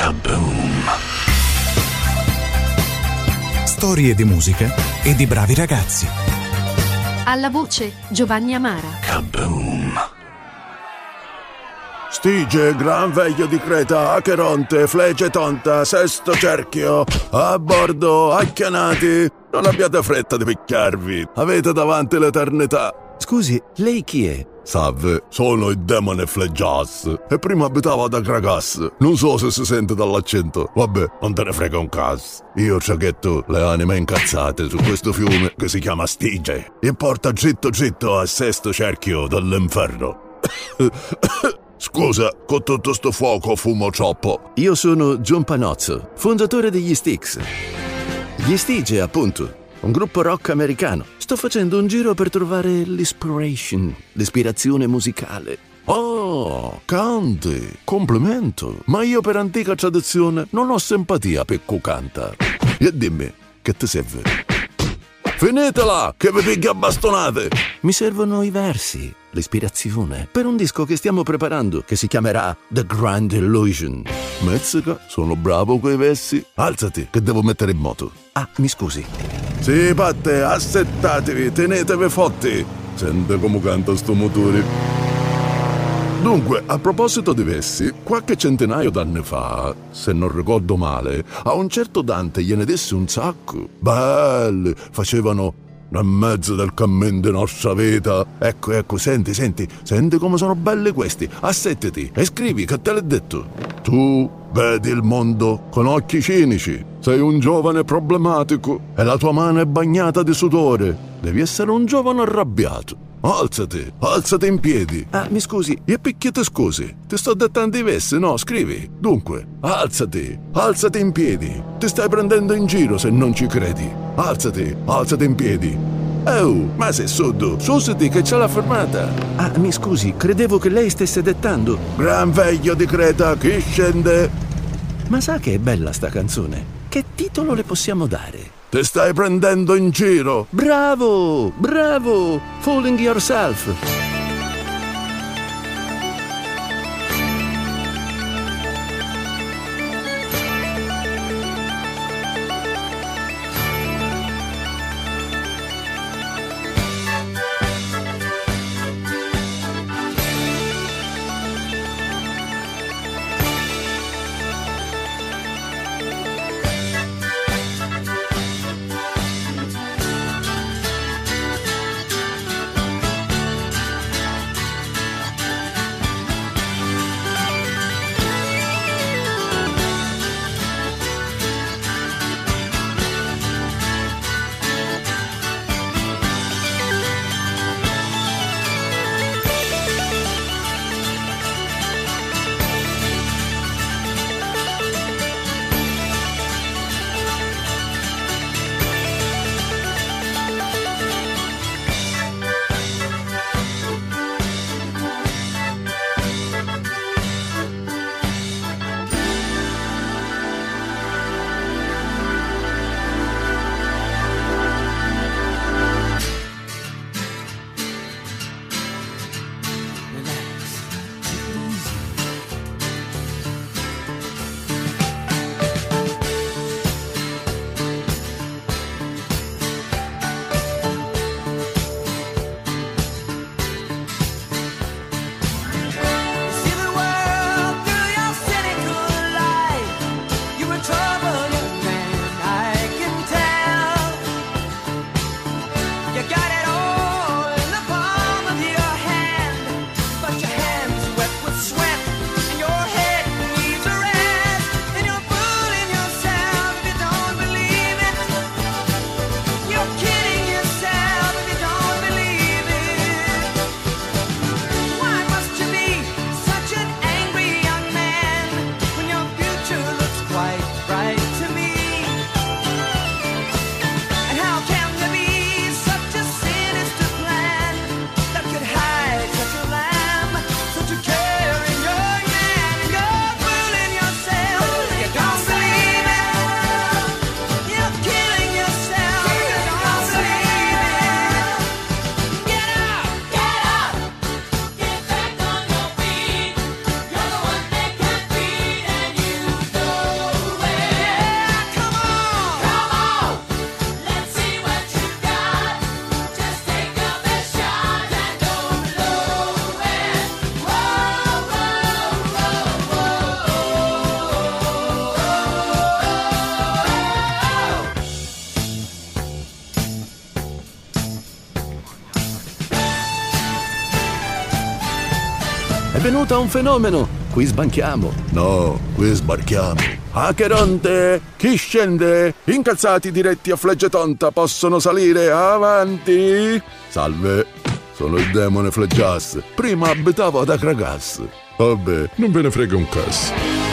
Kaboom! Storie di musica e di bravi ragazzi. Alla voce Giovanni Amara. Kaboom! Stige, Gran Veglio di Creta, Acheronte, Flege Tonta, Sesto Cerchio, a bordo, acchianati. Non abbiate fretta di picchiarvi, avete davanti l'eternità. Scusi, lei chi è? Salve, sono il demone Fleggias e prima abitavo ad Agragas. Non so se si sente dall'accento. Vabbè, non te ne frega un cazzo. Io ciaghetto le anime incazzate su questo fiume che si chiama Stige e porta dritto dritto al sesto cerchio dell'inferno. Scusa, con tutto sto fuoco fumo troppo. Io sono John Panozzo, fondatore degli Styx. Gli Stige, appunto. Un gruppo rock americano. Sto facendo un giro per trovare l'ispirazione musicale. Oh, canti, complimento. Ma io per antica tradizione non ho simpatia per chi canta. E dimmi, che ti serve? Finitela, che vi piglia bastonate! Mi servono i versi, l'ispirazione, per un disco che stiamo preparando, che si chiamerà The Grand Illusion. Mezzica, sono bravo coi versi. Alzati, che devo mettere in moto. Ah, mi scusi. Sì, patte, assettatevi, tenetevi forti. Sente come canta sto motore. Dunque, a proposito di versi, qualche centinaio d'anni fa, se non ricordo male, a un certo Dante gliene desse un sacco. Belli, facevano nel mezzo del cammin di nostra vita. Ecco, senti come sono belli questi. Assettati e scrivi, che te l'ho detto. Tu vedi il mondo con occhi cinici. Sei un giovane problematico e la tua mano è bagnata di sudore. Devi essere un giovane arrabbiato. Alzati in piedi. Ah, mi scusi. E picchiate scusi. Ti sto dettando i versi, no? Scrivi. Dunque, alzati in piedi. Ti stai prendendo in giro se non ci credi. Alzati in piedi. Oh, ma sei sordo? Susiti che c'è la fermata. Ah, mi scusi, credevo che lei stesse dettando. Gran Veglio di Creta, chi scende? Ma sa che è bella sta canzone? Che titolo le possiamo dare? Ti stai prendendo in giro. Bravo! Fooling yourself. benvenuto a un fenomeno. Qui sbanchiamo. No, qui sbarchiamo. Acheronte, chi scende? Incalzati diretti a Fleggetonta possono salire avanti. Salve, sono il demone Fleggias. Prima abitavo ad Akragas. Vabbè, non ve ne frega un cazzo.